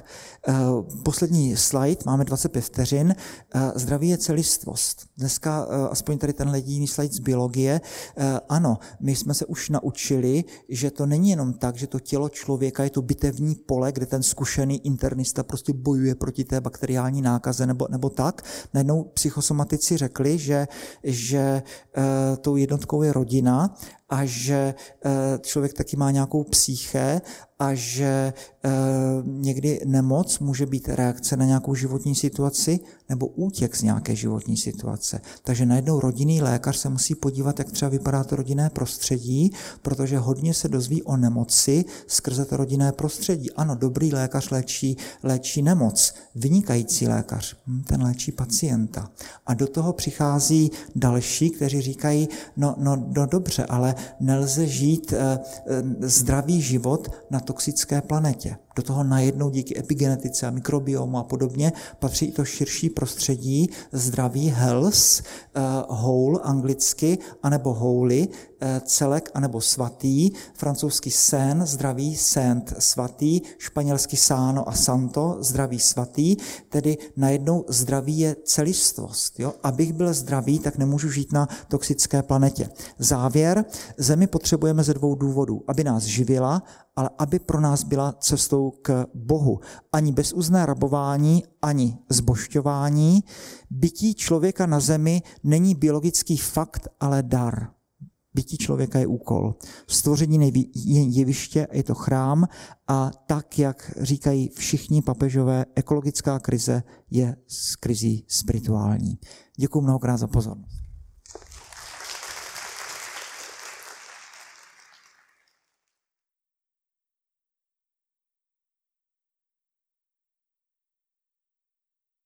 poslední slide, máme dvacet pět vteřin. Zdraví je celistvost. Dneska, aspoň tady tenhle jediný slide z biologie, ano, my jsme se už naučili, že to není jenom tak, že to tělo člověka je to bitevní pole, kde ten zkušený internista prostě bojuje proti té bakteriální nákaze nebo, nebo tak. Najednou psychosomatici řekli, že, že tou jednotkou je rodina a že člověk taky má nějakou psyché a že e, někdy nemoc může být reakce na nějakou životní situaci nebo útěk z nějaké životní situace. Takže najednou rodinný lékař se musí podívat, jak třeba vypadá to rodinné prostředí, protože hodně se dozví o nemoci skrze to rodinné prostředí. Ano, dobrý lékař léčí, léčí nemoc, vynikající lékař, ten léčí pacienta. A do toho přichází další, kteří říkají, no, no, no dobře, ale nelze žít e, e, zdravý život na toxické planetě. Do toho najednou díky epigenetice a mikrobiomu a podobně patří i to širší prostředí, zdraví, health, uh, whole anglicky, anebo holy, uh, celek, anebo svatý, francouzsky saint, zdraví, saint, svatý, španělsky sano a santo, zdraví, svatý, tedy najednou zdraví je celistvost. Jo? Abych byl zdravý, tak nemůžu žít na toxické planetě. Závěr, zemi potřebujeme ze dvou důvodů, aby nás živila, ale aby pro nás byla cestou k Bohu. Ani bezúzné rabování, ani zbožťování. Bytí člověka na zemi není biologický fakt, ale dar. Bytí člověka je úkol. Stvoření je jeviště, je to chrám a tak, jak říkají všichni papežové, ekologická krize je z krizí spirituální. Děkuji mnohokrát za pozornost.